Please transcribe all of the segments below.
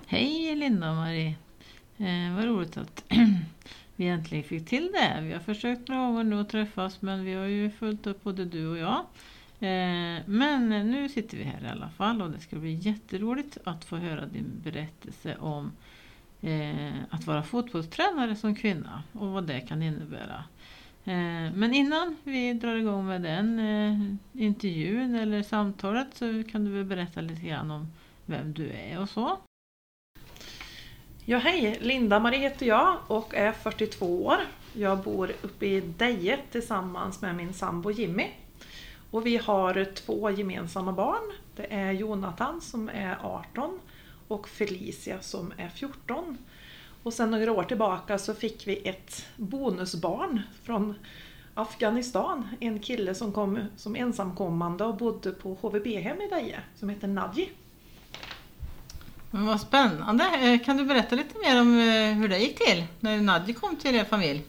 Hej Linda och Marie. Vad roligt att vi äntligen fick till det. Vi har försökt några gånger nu att träffas, men vi har ju följt upp både du och jag. Men nu sitter vi här i alla fall, och det ska bli jätteroligt att få höra din berättelse om att vara fotbollstränare som kvinna och vad det kan innebära. Men innan vi drar igång med den intervjun eller samtalet, så kan du väl berätta lite grann om vem du är och så. Ja, hej! Linda Marie heter jag och är 42 år. Jag bor uppe i Deje tillsammans med min sambo Jimmy. Och vi har 2 gemensamma barn. Det är Jonathan som är 18 och Felicia som är 14. Och sen några år tillbaka så fick vi ett bonusbarn från Afghanistan. En kille som kom som ensamkommande och bodde på HVB-hem i Deje som heter Nadji. Men vad spännande. Kan du berätta lite mer om hur det gick till när Nadji kom till er familj?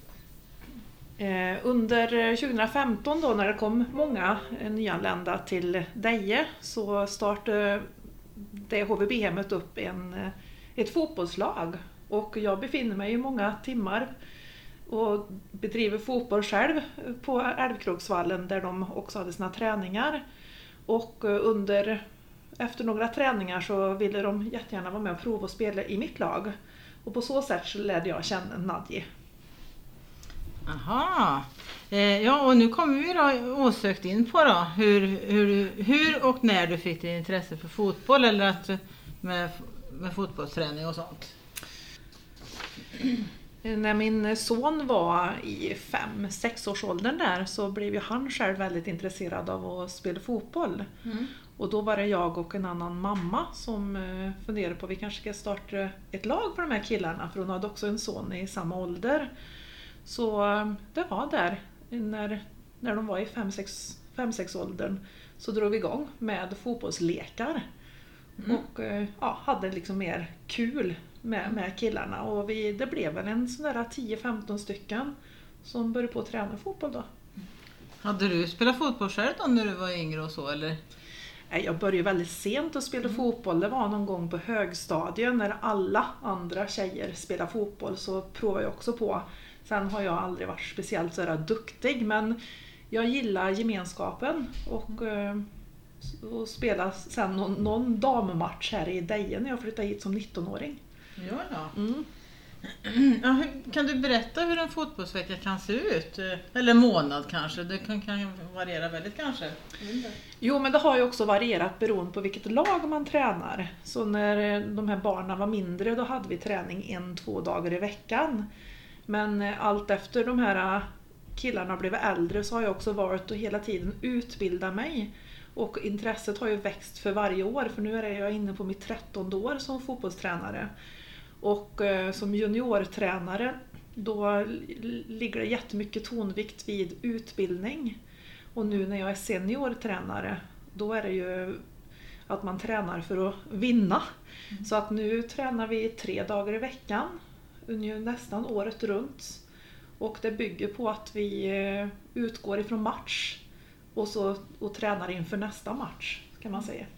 Under 2015 då, när det kom många nyanlända till Deje, så startade det HVB-hemmet upp ett fotbollslag. Och jag befinner mig i många timmar och bedriver fotboll själv på Älvkroksvallen där de också hade sina träningar. Och efter några träningar så ville de jättegärna vara med och prova att spela i mitt lag. Och på så sätt så lärde jag känna Nadji. Aha. Ja, och nu kommer vi då osökt in på då hur och när du fick din intresse för fotboll eller med fotbollsträning och sånt. När min son var i 5-6 års åldern där, så blev ju han själv väldigt intresserad av att spela fotboll. Och då var det jag och en annan mamma som funderade på att vi kanske ska starta ett lag för de här killarna, för hon hade också en son i samma ålder. Så det var där när de var i 5-6 åldern så drog vi igång med fotbollslekar. Och hade liksom mer kul med killarna. Och det blev väl en sån där 10-15 stycken som började på att träna fotboll då. Hade du spelat fotboll själv då när du var yngre och så, eller? Jag började väldigt sent att spela fotboll. Det var någon gång på högstadien när alla andra tjejer spelade fotboll, så provade jag också på. Sen har jag aldrig varit speciellt så duktig, men jag gillar gemenskapen och spela sen någon dammatch här i Deje när jag flyttade hit som 19-åring. Ja. Ja, kan du berätta hur en fotbollsvecka kan se ut? Eller månad kanske, det kan variera väldigt kanske. Jo, men det har ju också varierat beroende på vilket lag man tränar. Så när de här barnen var mindre, då hade vi träning 1-2 dagar i veckan. Men allt efter de här killarna blev äldre så har jag också varit och hela tiden utbilda mig. Och intresset har ju växt för varje år, för nu är jag inne på mitt 13:e år som fotbollstränare. Och som juniortränare då ligger det jättemycket tonvikt vid utbildning. Och nu när jag är seniortränare, då är det ju att man tränar för att vinna. Så att nu tränar vi 3 dagar i veckan, nästan året runt. Och det bygger på att vi utgår ifrån match och tränar inför nästa match, kan man säga.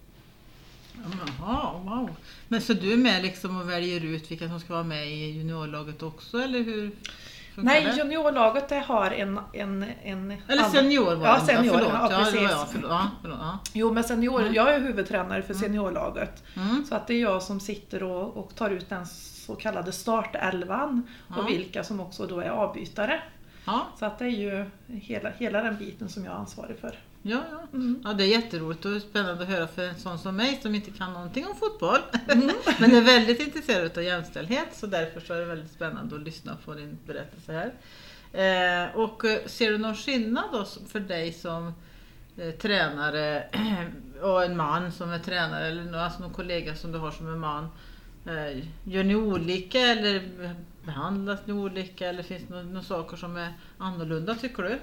Jaha, wow. Men så du är med liksom och väljer ut vilka som ska vara med i juniorlaget också, eller hur? Nej, juniorlaget det har en eller senior var det. Ja, senior. Förlåt. Ja, precis. Förlåt. Jo, men senior, jag är huvudtränare för seniorlaget. Så att det är jag som sitter och tar ut den så kallade startelvan och vilka som också då är avbytare. Ja. Så att det är ju hela den biten som jag är ansvarig för. Ja, det är jätteroligt och spännande att höra för en sån som mig som inte kan någonting om fotboll. Men är väldigt intresserad av jämställdhet, så därför så är det väldigt spännande att lyssna på din berättelse här. Och ser du någon skillnad då för dig som tränare och en man som är tränare, eller alltså någon kollega som du har som är man? Gör ni olika eller behandlas ni olika, eller finns det några saker som är annorlunda, tycker du?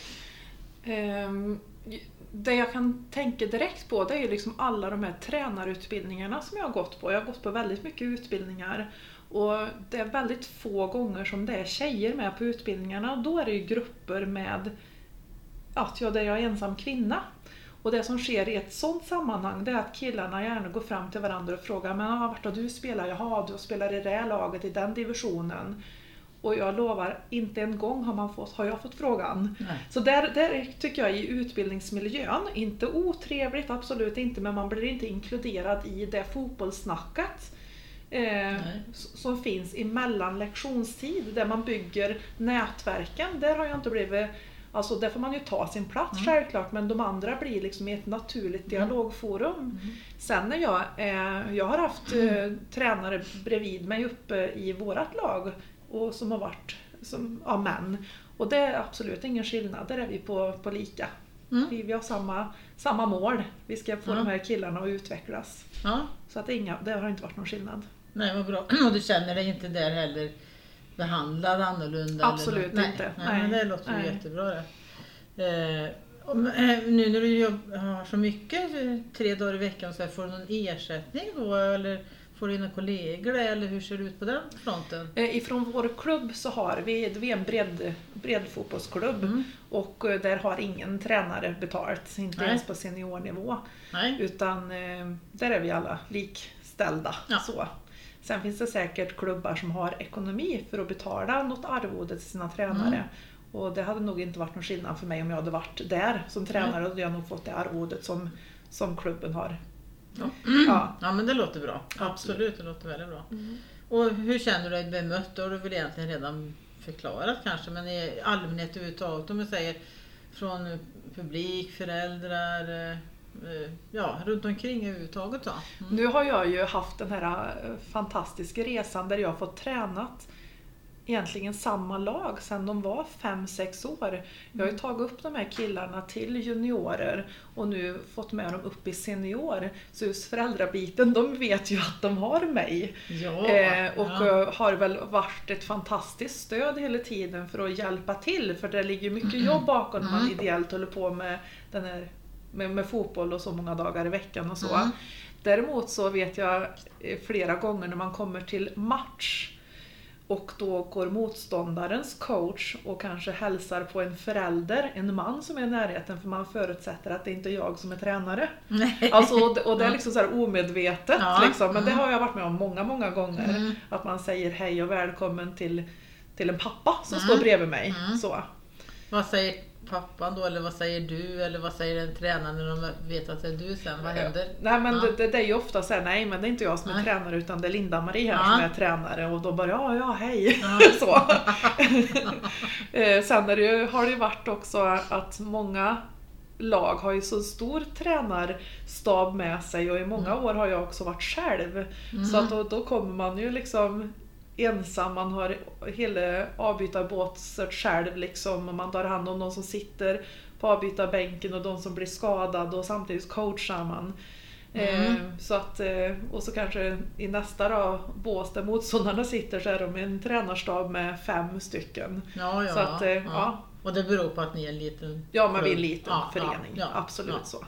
Det jag kan tänka direkt på, det är ju liksom alla de här tränarutbildningarna som jag har gått på. Jag har gått på väldigt mycket utbildningar och det är väldigt få gånger som det är tjejer med på utbildningarna. Då är det ju grupper med där jag är ensam kvinna. Och det som sker i ett sånt sammanhang, det är att killarna gärna går fram till varandra och frågar, men vart har du spelat? Jaha, du spelar i det laget, i den divisionen. Och jag lovar, inte en gång har jag fått frågan. Nej. Så där tycker jag i utbildningsmiljön, inte otrevligt, absolut inte, men man blir inte inkluderad i det fotbollssnacket som finns emellan lektionstid, där man bygger nätverken. Där har jag inte blivit, alltså där får man ju ta sin plats självklart, men de andra blir liksom i ett naturligt dialogforum. Sen när jag har haft tränare bredvid mig uppe i vårat lag, och som har varit män. Och det är absolut ingen skillnad. Där är vi på lika. Vi har samma mål. Vi ska få de här killarna att utvecklas. Ja. Så att det har inte varit någon skillnad. Nej, vad bra. Och du känner dig inte där heller behandlad annorlunda? Absolut eller inte. Nej, men det låter ju jättebra det. Nu när du har så mycket 3 dagar i veckan, så får du någon ersättning då? Eller får du dina kollegor, eller hur ser det ut på den fronten? Ifrån vår klubb så har vi är en breddfotbollsklubb. Och där har ingen tränare betalt, inte ens på seniornivå. Nej. Utan där är vi alla likställda. Ja. Så. Sen finns det säkert klubbar som har ekonomi för att betala något arvode till sina tränare. Och det hade nog inte varit någon skillnad för mig om jag hade varit där som tränare. Och hade jag nog fått det arvodet som klubben har. Ja, men det låter bra. Absolut, det låter väldigt bra. Och hur känner du dig bemött? Då har du väl egentligen redan förklarat kanske, men i allmänhet överhuvudtaget, om jag säger från publik, föräldrar, runt omkring överhuvudtaget då. Nu har jag ju haft den här fantastiska resan där jag har fått tränat egentligen samma lag sedan de var 5-6 år. Jag har ju tagit upp de här killarna till juniorer och nu fått med dem upp i senior. Så just föräldrabiten, de vet ju att de har mig. Har väl varit ett fantastiskt stöd hela tiden för att hjälpa till. För det ligger mycket jobb bakom när man ideellt håller på med den här med fotboll och så många dagar i veckan och så. Däremot så vet jag flera gånger när man kommer till match och då går motståndarens coach och kanske hälsar på en förälder, en man som är i närheten, för man förutsätter att det inte är jag som är tränare. Alltså, och det är liksom så här omedvetet. Liksom. Men det har jag varit med om många gånger. Att man säger hej och välkommen till en pappa som står bredvid mig. Så. Vad säger pappan då, eller vad säger du, eller vad säger en tränare när de vet att det är du sen? Vad händer? Nej, men det är ju ofta så här, nej, men det är inte jag som är tränare, utan det är Linda-Marie här som är tränare, och då bara hej. Så. Sen har det ju varit också att många lag har ju så stor tränarstab med sig, och i många år har jag också varit själv. Så att då kommer man ju liksom ensam, man har hela avbytarbåtset själv liksom, och man tar hand om de som sitter på avbytarbänken och de som blir skadade, och samtidigt coachar man. Så att, och så kanske i nästa bås där motståndarna sitter, så är de en tränarstab med 5 stycken. Så att, och det beror på att ni är en liten men vi är en liten förening, absolut så.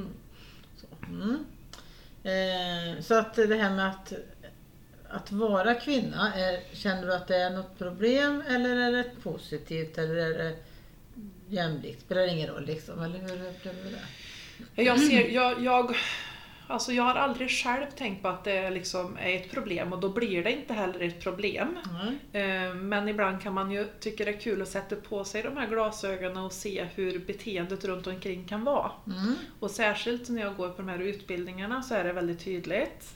Så att det här med att vara kvinna, känner du att det är något problem, eller är det positivt, eller är det jämlikt? Spelar det ingen roll liksom, eller hur upplever du det? Jag har aldrig själv tänkt på att det liksom är ett problem, och då blir det inte heller ett problem. Men ibland kan man ju tycka det är kul att sätta på sig de här glasögonen och se hur beteendet runt omkring kan vara. Och särskilt när jag går på de här utbildningarna så är det väldigt tydligt.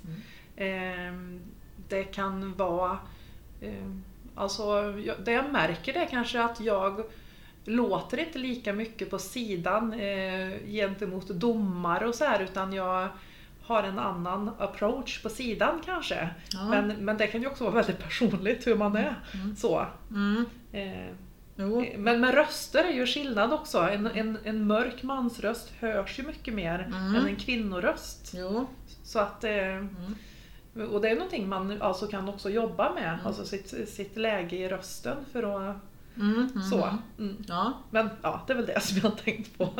Det kan vara, det jag märker det kanske att jag låter inte lika mycket på sidan gentemot domare och så här, utan jag har en annan approach på sidan kanske. Men det kan ju också vara väldigt personligt hur man är. Så. Men röster är ju skillnad också. En mörk mansröst hörs ju mycket mer än en kvinnoröst. Så att och det är någonting man alltså kan också jobba med, alltså sitt läge i rösten för att så. Men det är väl det som jag har tänkt på.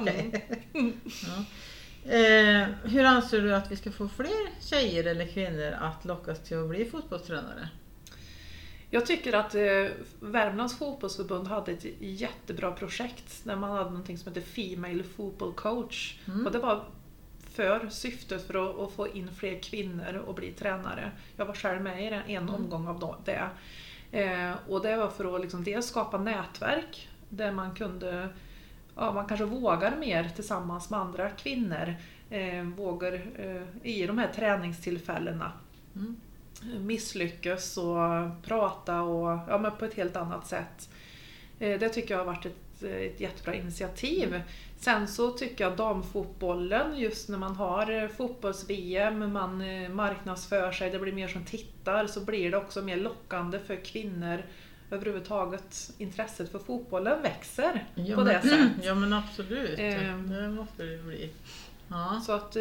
Hur anser du att vi ska få fler tjejer eller kvinnor att lockas till att bli fotbollstränare? Jag tycker att Värmlands fotbollsförbund hade ett jättebra projekt när man hade någonting som heter Female Football Coach. Och det var för syftet för att få in fler kvinnor och bli tränare. Jag var själv med i en omgång av det. Och det var för att liksom dels skapa nätverk där man kunde, man kanske vågar mer tillsammans med andra kvinnor. Vågar i de här träningstillfällena misslyckas och prata och men på ett helt annat sätt. Det tycker jag har varit ett jättebra initiativ. Sen så tycker jag damfotbollen, just när man har fotbolls-VM, man marknadsför sig, det blir mer som tittar, så blir det också mer lockande för kvinnor överhuvudtaget. Intresset för fotbollen växer på det sättet. Ja men absolut, det måste det bli. Ja. Så att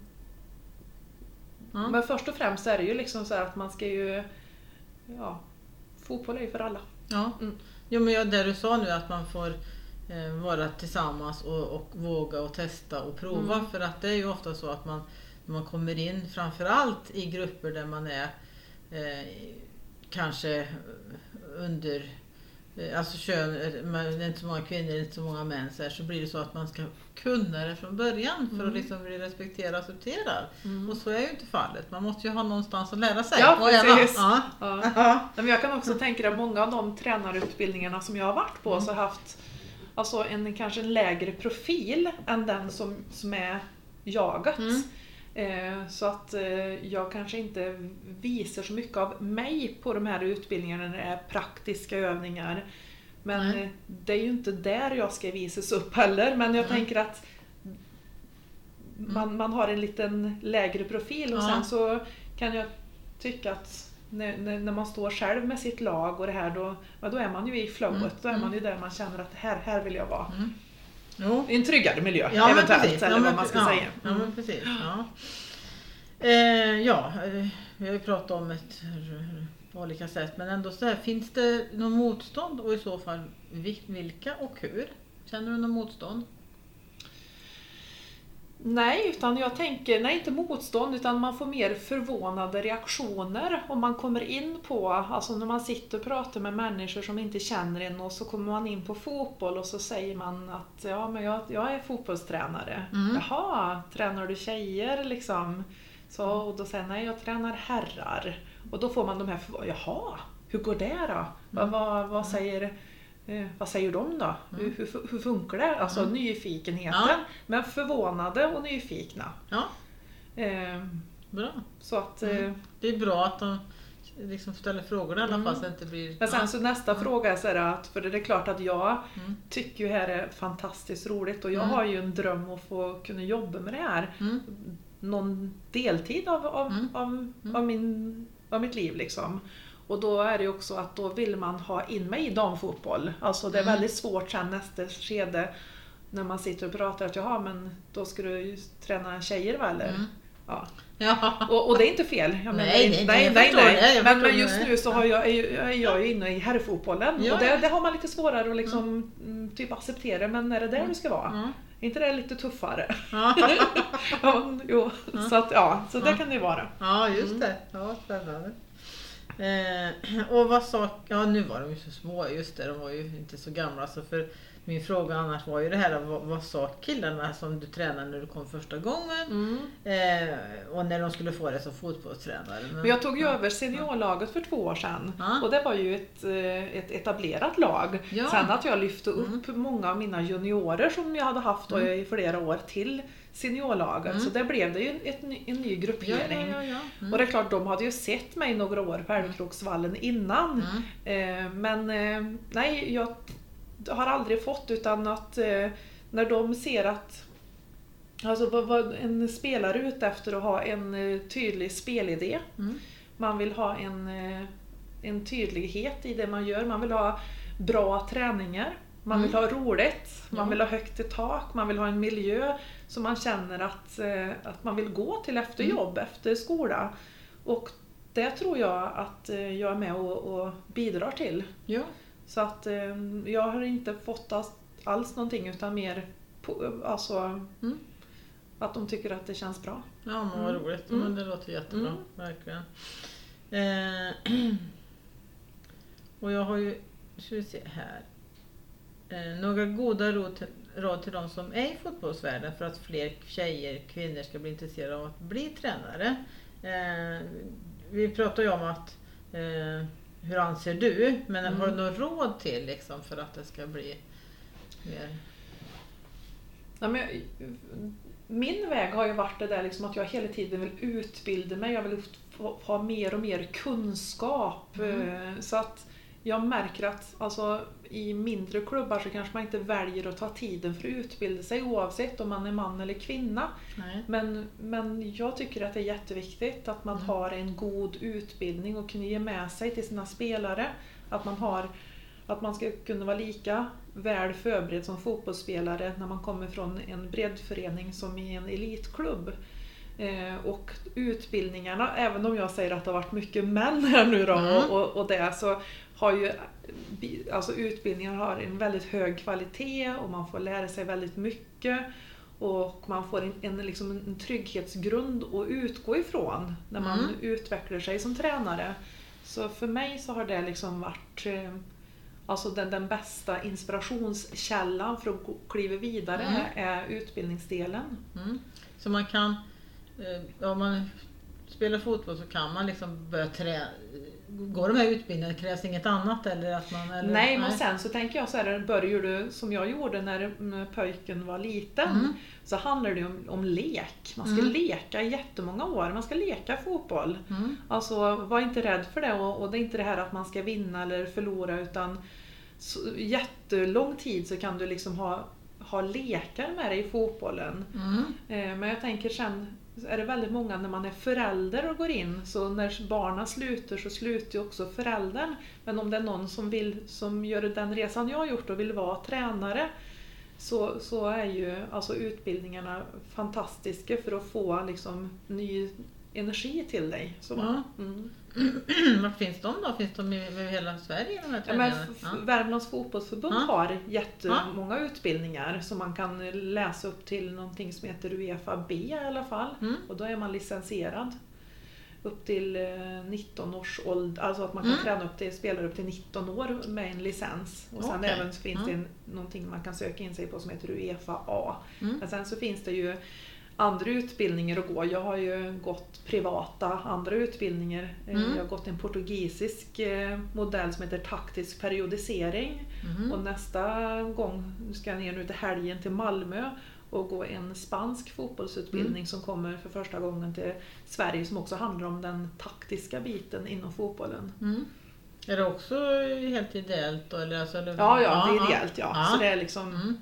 men först och främst är det ju liksom så här att man ska ju fotboll är ju för alla. Ja. Jo men det du sa nu, att man får vara tillsammans och våga och testa och prova, för att det är ju ofta så att man kommer in framförallt i grupper där man är kanske under alltså kön, men det är inte så många kvinnor, inte så många män, så blir det så att man ska kunna det från början för att liksom bli respekterad och accepterad. Och så är ju inte fallet. Man måste ju ha någonstans att lära sig. Ja, precis. Men jag kan också tänka att många av de tränarutbildningarna som jag har varit på så har haft alltså kanske en lägre profil än den som är jagat. Så att jag kanske inte visar så mycket av mig på de här utbildningarna när det är praktiska övningar. Men det är ju inte där jag ska visas upp heller. Men jag tänker att man har en liten lägre profil. Och sen så kan jag tycka att när man står själv med sitt lag och det här, då är man ju i flowet. Då är man ju där man känner att här vill jag vara. I en tryggare miljö eventuellt, eller vad man ska säga. Ja, men precis. Vi har ju pratat om ett på olika sätt, men ändå så här, finns det någon motstånd, och i så fall vilka och hur? Känner du någon motstånd? Nej, utan jag tänker, inte motstånd, utan man får mer förvånade reaktioner om man kommer in på, alltså när man sitter och pratar med människor som inte känner en, och så kommer man in på fotboll och så säger man att men jag är fotbollstränare. Jaha, tränar du tjejer liksom? Så, och då säger nej, jag tränar herrar. Och då får man de här, jaha, hur går det då? Vad säger de då? Hur funkar det? Alltså nyfikenheten, men förvånade och nyfikna. Bra. Så att, det är bra att de liksom ställer frågor i alla fall, så att det blir... Men sen så nästa fråga är så här att, för det är klart att jag tycker ju det här är fantastiskt roligt, och jag har ju en dröm att få kunna jobba med det här någon deltid av mitt liv liksom. Och då är det ju också att då vill man ha in mig i damfotboll. Alltså det är väldigt svårt sen nästa skede när man sitter och pratar att men då ska du ju träna tjejer väl eller? Ja. Och det är inte fel. Nej. Men just nu så är jag ju inne i herrfotbollen. Och det har man lite svårare att liksom typ acceptera. Men är det där du ska vara? Är inte det lite tuffare? Så det kan det vara. Ja, just det. Ja, spännande. Och vad sa, nu var de ju så små, just det, de var ju inte så gamla, så för min fråga annars var ju det här, vad sa killarna som du tränade när du kom första gången och när de skulle få det som fotbollstränare? Men jag tog ju över seniorlaget för 2 år sedan och det var ju ett etablerat lag. Sen att jag lyfte upp många av mina juniorer som jag hade haft i flera år till seniorlaget, så där blev det ju en ny gruppering. Och det är klart, de hade ju sett mig några år på Älvkroksvallen innan. Men nej, jag har aldrig fått, utan att när de ser att alltså vad en spelare ute efter att ha en tydlig spelidé. Man vill ha en tydlighet i det man gör. Man vill ha bra träningar. Man vill ha roligt. Man vill ha högt i tak. Man vill ha en miljö som man känner att man vill gå till efter jobb, efter skola. Och det tror jag att jag är med och bidrar till. Så att jag har inte fått alls någonting, utan mer att de tycker att det känns bra. Ja, men vad roligt. Men det låter jättebra, verkligen. Och jag har ju, ska vi se här, några goda råd till de som är i fotbollsvärlden för att fler kvinnor ska bli intresserade av att bli tränare. Vi pratar ju om att hur anser du? Men har du något råd till liksom, för att det ska bli mer? Ja, men min väg har ju varit det där liksom, att jag hela tiden vill utbilda mig. Jag vill ha mer och mer kunskap. Så att jag märker att alltså, i mindre klubbar så kanske man inte väljer att ta tiden för att utbilda sig oavsett om man är man eller kvinna. Men jag tycker att det är jätteviktigt att man har en god utbildning och kunna ge med sig till sina spelare. Att man ska kunna vara lika väl förberedd som fotbollsspelare när man kommer från en breddförening som i en elitklubb. Och utbildningarna, även om jag säger att det har varit mycket män här nu då, och det, så har ju alltså utbildningar har en väldigt hög kvalitet och man får lära sig väldigt mycket och man får en trygghetsgrund att utgå ifrån när man utvecklar sig som tränare. Så för mig så har det liksom varit alltså den bästa inspirationskällan för att kliva vidare är utbildningsdelen. Så man kan, om man spelar fotboll så kan man liksom börja går de här utbildningarna, krävs inget annat eller att man... Eller, nej, men sen så tänker jag så här, börjar du som jag gjorde när pojken var liten, så handlar det om lek. Man ska leka i jättemånga år, man ska leka fotboll. Alltså var inte rädd för det, och det är inte det här att man ska vinna eller förlora, utan jättelång tid så kan du liksom ha lekar med dig i fotbollen. Men jag tänker sen är det väldigt många när man är förälder och går in, så när barnen slutar så slutar ju också föräldern. Men om det är någon som gör den resan jag har gjort och vill vara tränare, så är ju alltså utbildningarna fantastiska för att få liksom ny energi till dig. Så. Var finns de då? Finns de i hela Sverige? De här Värmlands fotbollsförbund har jättemånga utbildningar som man kan läsa upp till någonting som heter UEFA B i alla fall. Och då är man licensierad upp till 19 års ålder. Alltså att man kan träna upp till spelare upp till 19 år med en licens. Och sen även så finns det någonting man kan söka in sig på som heter UEFA A. Men sen så finns det ju andra utbildningar att gå. Jag har ju gått privata andra utbildningar. Jag har gått en portugisisk modell som heter taktisk periodisering. Och nästa gång ska jag ner nu till helgen till Malmö och gå en spansk fotbollsutbildning som kommer för första gången till Sverige, som också handlar om den taktiska biten inom fotbollen. Är det också helt ideellt då, eller alltså, eller? Ja, det är ideellt, ja. Så det är liksom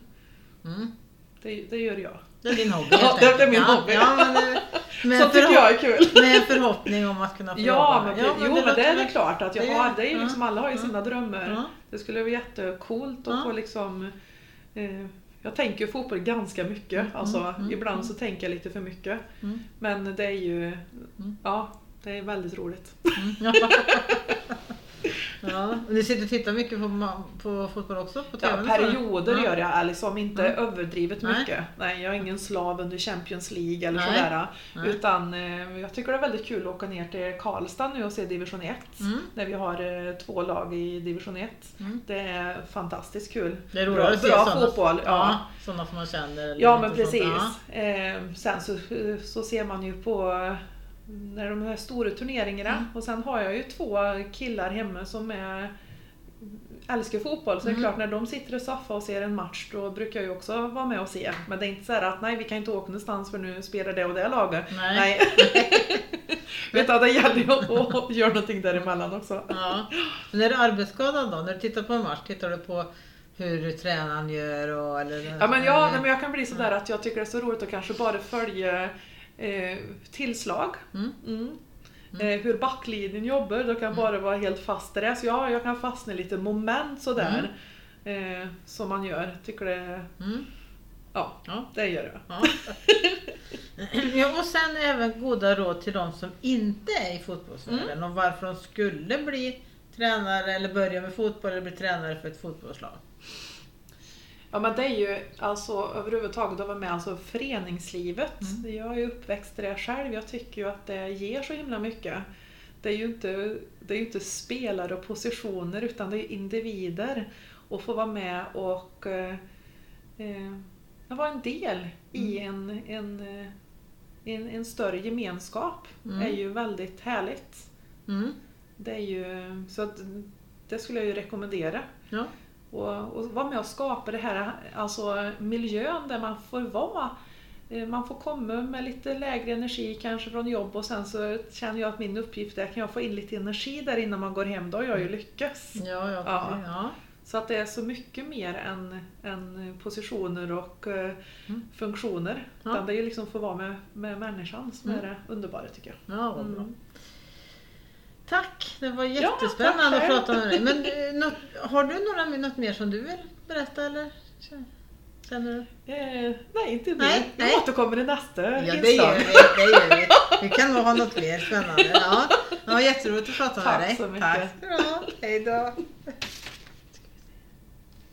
det gör jag. Det är din hobby. Ja, det är min hobby. Ja, men så tycker jag är kul. Med förhoppning om att kunna få jobba. Men det är klart att jag har. Det är ju liksom, alla har ju sina drömmar. Det skulle vara jättecoolt att få liksom... jag tänker ju fotboll ganska mycket. Ibland så tänker jag lite för mycket. Men det är ju... Ja, det är väldigt roligt. Ja, du sitter och tittar mycket på fotboll också på TV? Ja, perioder gör jag liksom inte överdrivet mycket. Nej, jag är ingen slav under Champions League eller sådär. Utan jag tycker det är väldigt kul att åka ner till Karlstad nu och se division 1. När vi har 2 lag i division 1. Det är fantastiskt kul. Det är roligt att se bra sådana, fotboll. Ja, sådana som man känner. Eller ja, men precis. Sen så ser man ju på... när de här stora turneringarna, och sen har jag ju 2 killar hemma som älskar fotboll, så det är klart när de sitter i soffan och ser en match, då brukar jag ju också vara med och se, men det är inte så här att nej, vi kan inte åka någonstans för nu spelar det och det laget. Nej. Vet du, det gäller ju att göra någonting däremellan också. Ja. Men är du arbetsskadad då? När du tittar på en match, tittar du på hur tränaren gör? Eller, men jag kan bli så där att jag tycker det är så roligt att kanske bara följa tillslag. Hur backlinjen jobbar, då kan bara vara helt fast där. Så jag kan fastna lite moment sådär som man gör. Tycker det ja, det gör jag. Ja, och sen även goda råd till de som inte är i fotbollsvärlden och varför de skulle bli tränare eller börja med fotboll eller bli tränare för ett fotbollslag. Ja, men det är ju alltså överhuvudtaget att vara med alltså föreningslivet. Jag är ju uppväxt där själv. Jag tycker ju att det ger så himla mycket. det är ju inte spelare och positioner, utan det är individer. Och få vara med och vara en del i en större gemenskap är ju väldigt härligt. Det är ju, så att det skulle jag ju rekommendera. Ja. Och vara med och skapa det här, alltså miljön där man får vara. Man får komma med lite lägre energi kanske från jobb, och sen så känner jag att min uppgift är, kan jag få in lite energi där innan man går hem, då har jag ju lyckats. Ja. Så att det är så mycket mer än positioner och funktioner. Ja. Utan det är ju liksom att få vara med människan som är det underbara, tycker jag. Ja, vad bra. Tack, det var jättespännande att prata med dig. Men har du något mer som du vill berätta, eller känner du? Nej, inte mer. Vi återkommer i nästa inslag. Det gör vi. Vi kan nog ha något mer spännande. Ja, jätteroligt att prata med dig. Tack så mycket. Tack. Bra. Hej då.